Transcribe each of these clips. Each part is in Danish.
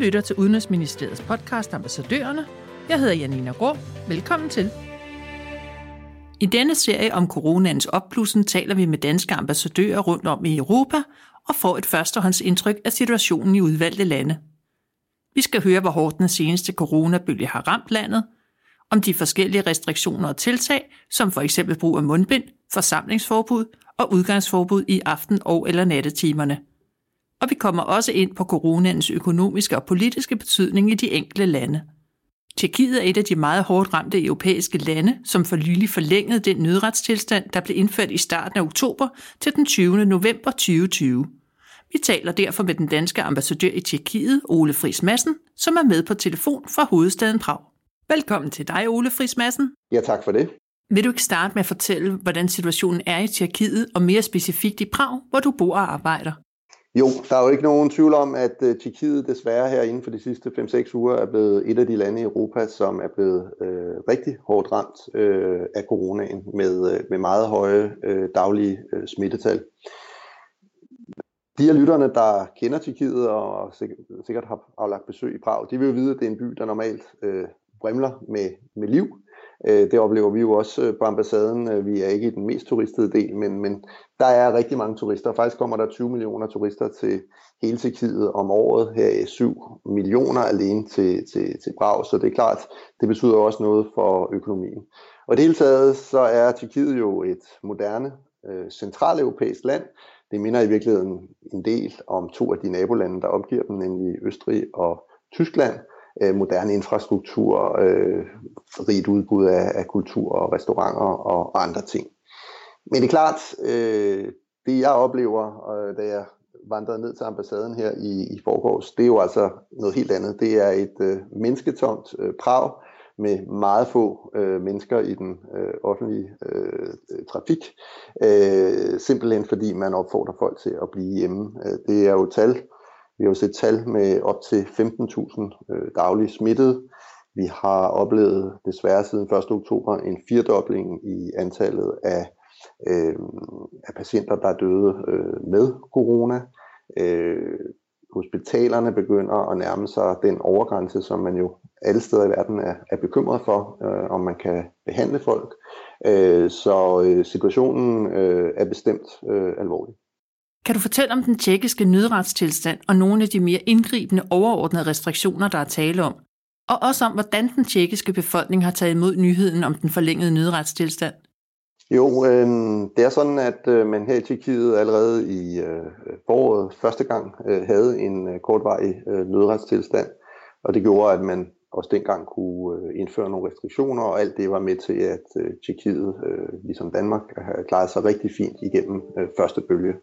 lytter til Udenrigsministeriets podcast Ambassadørerne. Jeg hedder Janina Grå. Velkommen til. I denne serie om coronaens opblussen taler vi med danske ambassadører rundt om i Europa og får et førstehåndsindtryk af situationen i udvalgte lande. Vi skal høre, hvor hårdt den seneste coronabølge har ramt landet, om de forskellige restriktioner og tiltag, som for eksempel brug af mundbind, forsamlingsforbud og udgangsforbud i aften- og eller nattetimerne. Og vi kommer også ind på coronaens økonomiske og politiske betydning i de enkelte lande. Tjekkiet er et af de meget hårdt ramte europæiske lande, som for nylig forlængede den nødretstilstand, der blev indført i starten af oktober til den 20. november 2020. Vi taler derfor med den danske ambassadør i Tjekkiet, Ole Friis Madsen, som er med på telefon fra hovedstaden Prag. Velkommen til dig, Ole Friis Madsen. Ja, tak for det. Vil du ikke starte med at fortælle, hvordan situationen er i Tjekkiet, og mere specifikt i Prag, hvor du bor og arbejder? Jo, der er jo ikke nogen tvivl om, at Tjekkiet desværre her inden for de sidste 5-6 uger er blevet et af de lande i Europa, som er blevet rigtig hårdt ramt af coronaen med meget høje daglige smittetal. De af lytterne, der kender Tjekkiet og sikkert har aflagt besøg i Prag, de vil jo vide, at det er en by, der normalt vrimler med liv. Det oplever vi jo også på ambassaden. Vi er ikke i den mest turistede del, men der er rigtig mange turister. Faktisk kommer der 20 millioner turister til hele Tjekkiet om året. Her er 7 millioner alene til Prag, så det er klart, det betyder også noget for økonomien. Og det hele taget, så er Tjekkiet jo et moderne, centraleuropæisk land. Det minder i virkeligheden en del om 2 af de nabolande, der omgiver dem, nemlig Østrig og Tyskland. Moderne infrastruktur, rigt udbud af kultur og restauranter og andre ting. Men det er klart, det jeg oplever, da jeg vandrede ned til ambassaden her i forgårs, det er jo altså noget helt andet. Det er et mennesketomt Prag med meget få mennesker i den offentlige trafik. Simpelthen fordi man opfordrer folk til at blive hjemme. Det er jo tal. Vi har jo set tal med op til 15.000 daglige smittede. Vi har oplevet desværre siden 1. oktober en 4-dobling i antallet af patienter, der er døde med corona. Hospitalerne begynder at nærme sig den overgrænse, som man jo alle steder i verden er bekymret for, om man kan behandle folk. Så situationen er bestemt alvorlig. Kan du fortælle om den tjekkiske nødretstilstand og nogle af de mere indgribende overordnede restriktioner, der er tale om? Og også om, hvordan den tjekkiske befolkning har taget imod nyheden om den forlængede nødretstilstand? Jo, det er sådan, at man her i Tjekkiet allerede i foråret første gang havde en kortvarig nødretstilstand. Og det gjorde, at man også dengang kunne indføre nogle restriktioner, og alt det var med til, at Tjekkiet, ligesom Danmark, har klaret sig rigtig fint igennem første bølge.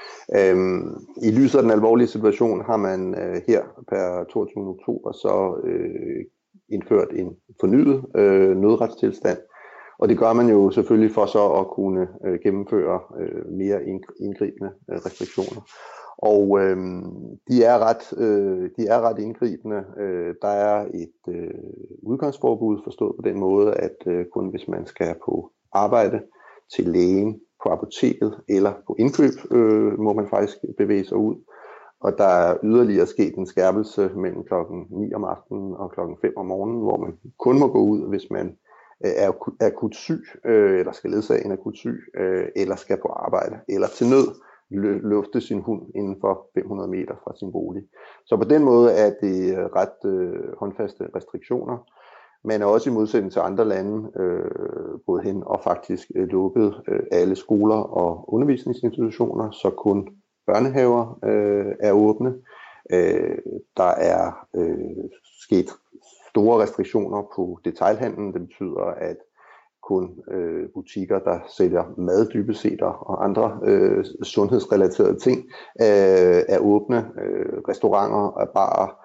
I lyset af den alvorlige situation har man her per 22. oktober så indført en fornyet nødretstilstand, og det gør man jo selvfølgelig for så at kunne gennemføre mere indgribende restriktioner. Og de er ret indgribende. Der er et udgangsforbud forstået på den måde, at kun hvis man skal på arbejde, til lægen, på apoteket eller på indkøb, må man faktisk bevæge sig ud. Og der er yderligere sket en skærpelse mellem klokken 9 om aftenen og klokken 5 om morgenen, hvor man kun må gå ud, hvis man er akut syg, eller skal ledsage en akut syg, eller skal på arbejde, eller til nød lufte sin hund inden for 500 meter fra sin bolig. Så på den måde er det ret håndfaste restriktioner. Man er også i modsætning til andre lande gået hen og faktisk lukket alle skoler og undervisningsinstitutioner, så kun børnehaver er åbne. Der er sket store restriktioner på detailhandlen. Det betyder, at kun butikker, der sælger mad dybest set og andre sundhedsrelaterede ting, er åbne. Restauranter og barer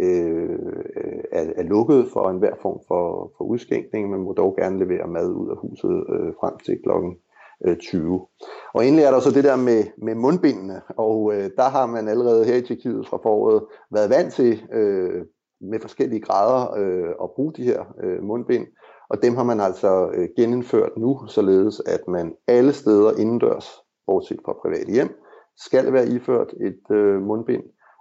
er lukket for enhver form for udskænkning. Man må dog gerne levere mad ud af huset frem til klokken 20. Og endelig er der så det der med mundbindene, og der har man allerede her i Tjekkiet fra foråret været vant til med forskellige grader at bruge de her mundbind, og dem har man altså genindført nu, således at man alle steder indendørs, bortset fra private hjem, skal være iført et mundbind.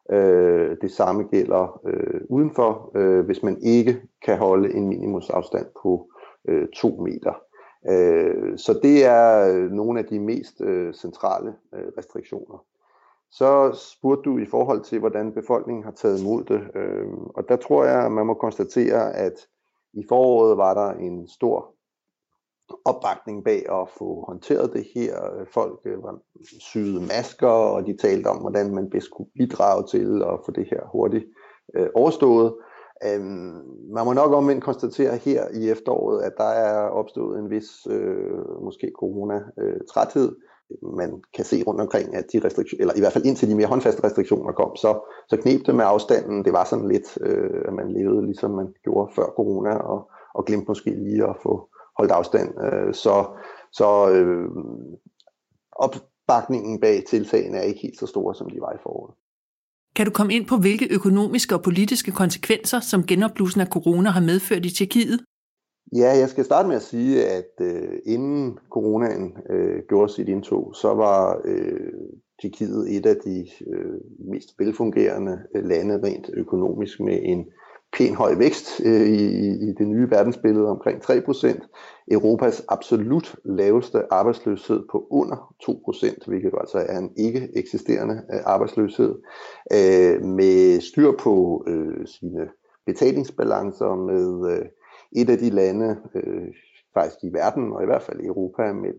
Det samme gælder udenfor, hvis man ikke kan holde en minimumsafstand på 2 meter. Så det er nogle af de mest centrale restriktioner. Så spurgte du i forhold til, hvordan befolkningen har taget imod det. Og der tror jeg, at man må konstatere, at i foråret var der en stor opbakning bag at få håndteret det her. Folk var syede masker, og de talte om, hvordan man bedst kunne bidrage til at få det her hurtigt overstået. Man må nok omvendt konstatere her i efteråret, at der er opstået en vis, måske corona-træthed. Man kan se rundt omkring, at de restriktioner, eller i hvert fald indtil de mere håndfaste restriktioner kom, så kneb det med afstanden. Det var sådan lidt, at man levede ligesom man gjorde før corona, og glemte måske lige at få holdt afstand. Så opbakningen bag tiltagene er ikke helt så store, som de var i foråret. Kan du komme ind på, hvilke økonomiske og politiske konsekvenser, som genopblussen af corona har medført i Tjekkiet? Ja, jeg skal starte med at sige, at inden coronaen gjorde sit indtog, så var Tjekkiet et af de mest velfungerende lande rent økonomisk med en pæn høj vækst i det nye verdensbillede omkring 3%. Europas absolut laveste arbejdsløshed på under 2%, hvilket altså er en ikke eksisterende arbejdsløshed, med styr på sine betalingsbalancer, med et af de lande faktisk i verden, og i hvert fald i Europa, med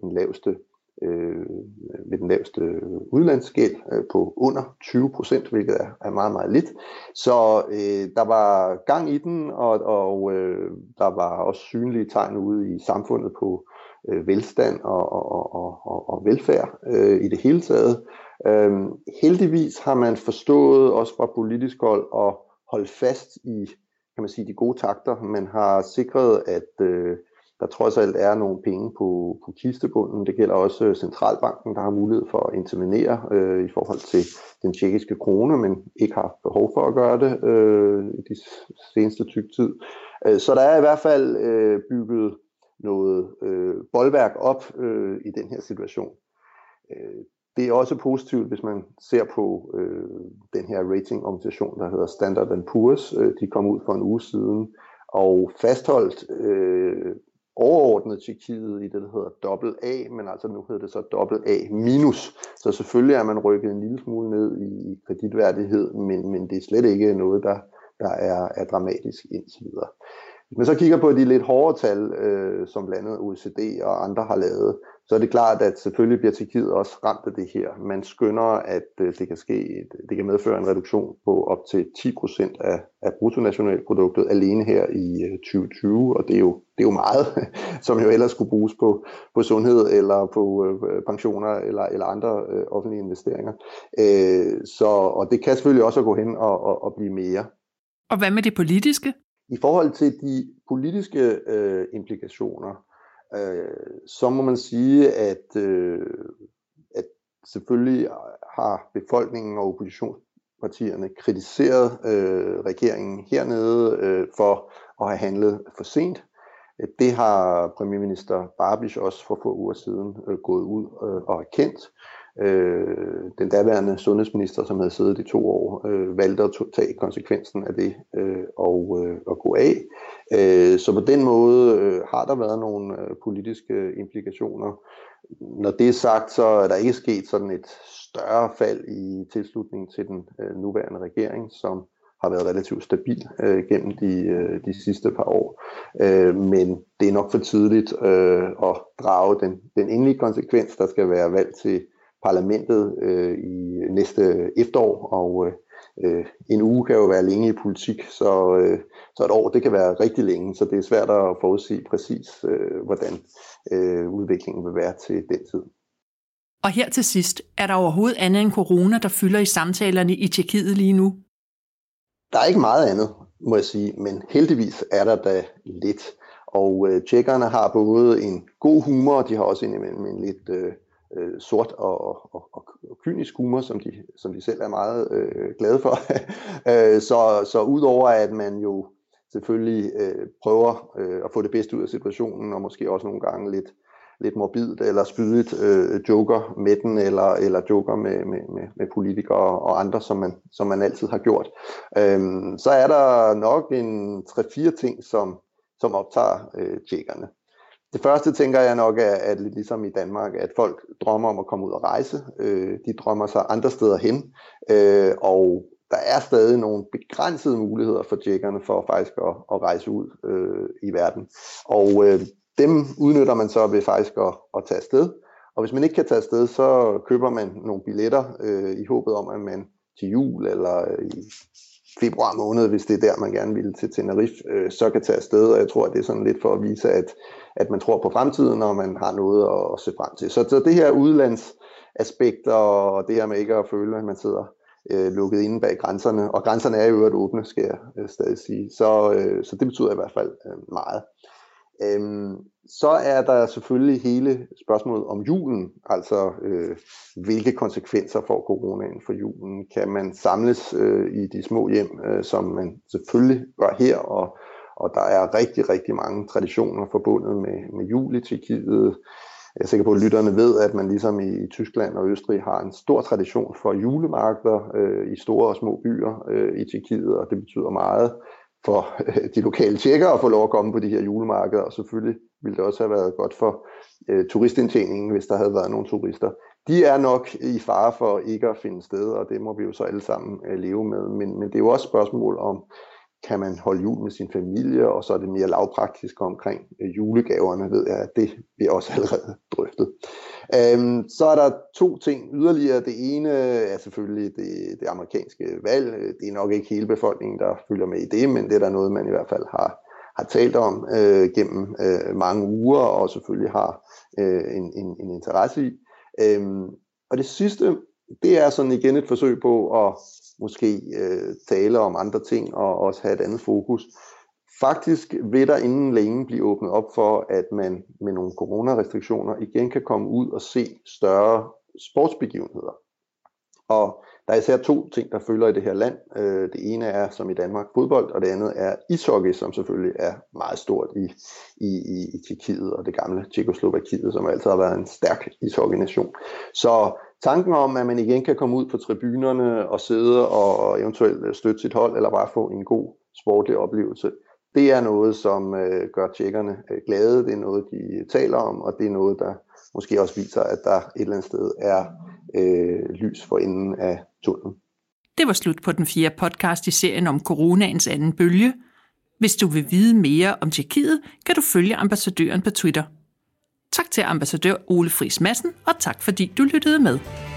den laveste udlandsgæld på under 20%, hvilket er meget, meget lidt. Så der var gang i den, og der var også synlige tegn ude i samfundet på velstand og velfærd i det hele taget. Heldigvis har man forstået, også fra politisk hold, at holde fast i, kan man sige, de gode takter. Man har sikret, at der trods alt er nogle penge på kistebunden. Det gælder også centralbanken, der har mulighed for at intervenere i forhold til den tjekkiske krone, men ikke har behov for at gøre det i de seneste stykke tid. Så der er i hvert fald bygget noget bolværk op i den her situation. Det er også positivt, hvis man ser på den her ratingorganisation, der hedder Standard & Poor's. De kom ud for en uge siden og fastholdt overordnet Tjekkiet i det, der hedder AA, men altså nu hedder det så AA-. Så selvfølgelig er man rykket en lille smule ned i kreditværdighed, men det er slet ikke noget, der er dramatisk indtil videre. Hvis man så kigger på de lidt hårdere tal, som blandt andet OECD og andre har lavet, så er det klart, at selvfølgelig bliver Tjekkiet også ramt af det her. Man skønner, at det kan medføre en reduktion på op til 10% af bruttonationalproduktet alene her i 2020, og det er jo meget, som jo ellers skulle bruges på sundhed eller på pensioner eller andre offentlige investeringer. Og det kan selvfølgelig også gå hen og blive mere. Og hvad med det politiske? I forhold til de politiske implikationer, så må man sige, at selvfølgelig har befolkningen og oppositionspartierne kritiseret regeringen hernede for at have handlet for sent. Det har premierminister Babiš også for få uger siden gået ud og erkendt. Den daværende sundhedsminister, som havde siddet i 2 år, valgte at tage konsekvensen af det og gå af. Så på den måde har der været nogle politiske implikationer. Når det er sagt, så er der ikke sket sådan et større fald i tilslutning til den nuværende regering, som har været relativt stabil gennem de sidste par år. Men det er nok for tidligt at drage den endelige konsekvens. Der skal være valg til parlamentet i næste efterår, og en uge kan jo være længe i politik, så et år det kan være rigtig længe, så det er svært at forudsige præcis, hvordan udviklingen vil være til den tid. Og her til sidst, er der overhovedet andet end corona, der fylder i samtalerne i Tjekkiet lige nu? Der er ikke meget andet, må jeg sige, men heldigvis er der da lidt. Og tjekkerne har både en god humor, og de har også indimellem en lidt sort og kynisk humor, som de selv er meget glade for. Så udover at man jo selvfølgelig prøver at få det bedste ud af situationen, og måske også nogle gange lidt lidt morbidt eller spydigt joker med den, eller joker med politikere og andre, som man altid har gjort. Så er der nok en 3-4 ting, som optager tjekkerne. Det første, tænker jeg nok, er lidt ligesom i Danmark, at folk drømmer om at komme ud og rejse. De drømmer sig andre steder hen, og der er stadig nogle begrænsede muligheder for tjekkerne for faktisk at rejse ud i verden. Og dem udnytter man så ved faktisk at tage afsted. Og hvis man ikke kan tage afsted, så køber man nogle billetter i håbet om, at man til jul eller i februar måned, hvis det er der, man gerne vil til Tenerife, så kan tage afsted. Og jeg tror, at det er sådan lidt for at vise, at man tror på fremtiden, og man har noget at se frem til. Så det her udlandsaspekt og det her med ikke at føle, at man sidder lukket inde bag grænserne, og grænserne er jo øvrigt åbne, skal jeg stadig sige. Så det betyder i hvert fald meget. Så er der selvfølgelig hele spørgsmålet om julen, altså hvilke konsekvenser får coronaen for julen? Kan man samles i de små hjem, som man selvfølgelig gør her, og der er rigtig, rigtig mange traditioner forbundet med jul i Tjekkiet. Jeg er sikker på, at lytterne ved, at man ligesom i Tyskland og Østrig har en stor tradition for julemarkeder i store og små byer i Tjekkiet, og det betyder meget for de lokale tjekkere at få lov at komme på de her julemarkeder, og selvfølgelig ville det også have været godt for turistindtjeningen, hvis der havde været nogle turister. De er nok i fare for ikke at finde sted, og det må vi jo så alle sammen leve med, men det er jo også et spørgsmål om, kan man holde jul med sin familie, og så er det mere lavpraktisk omkring julegaverne, ved jeg, at det bliver også allerede drøftet. Så er der 2 ting yderligere. Det ene er selvfølgelig det amerikanske valg. Det er nok ikke hele befolkningen, der følger med i det, men det er der noget, man i hvert fald har talt om gennem mange uger, og selvfølgelig har en interesse i. Og det sidste, det er sådan igen et forsøg på at måske tale om andre ting og også have et andet fokus. Faktisk vil der inden længe blive åbnet op for, at man med nogle coronarestriktioner igen kan komme ud og se større sportsbegivenheder. Og der er især 2 ting, der følger i det her land. Det ene er, som i Danmark, fodbold, og det andet er ishockey, som selvfølgelig er meget stort i Tjekkiet og det gamle Tjekkoslovakiet, som altid har været en stærk ishockeynation. Så tanken om, at man igen kan komme ud på tribunerne og sidde og eventuelt støtte sit hold, eller bare få en god sportlig oplevelse, det er noget, som gør tjekkerne glade, det er noget, de taler om, og det er noget, der måske også viser, at der et eller andet sted er lys for enden af tunnelen. Det var slut på den 4. podcast i serien om coronaens anden bølge. Hvis du vil vide mere om Tjekkiet, kan du følge ambassadøren på Twitter. Tak til ambassadør Ole Friis Madsen, og tak fordi du lyttede med.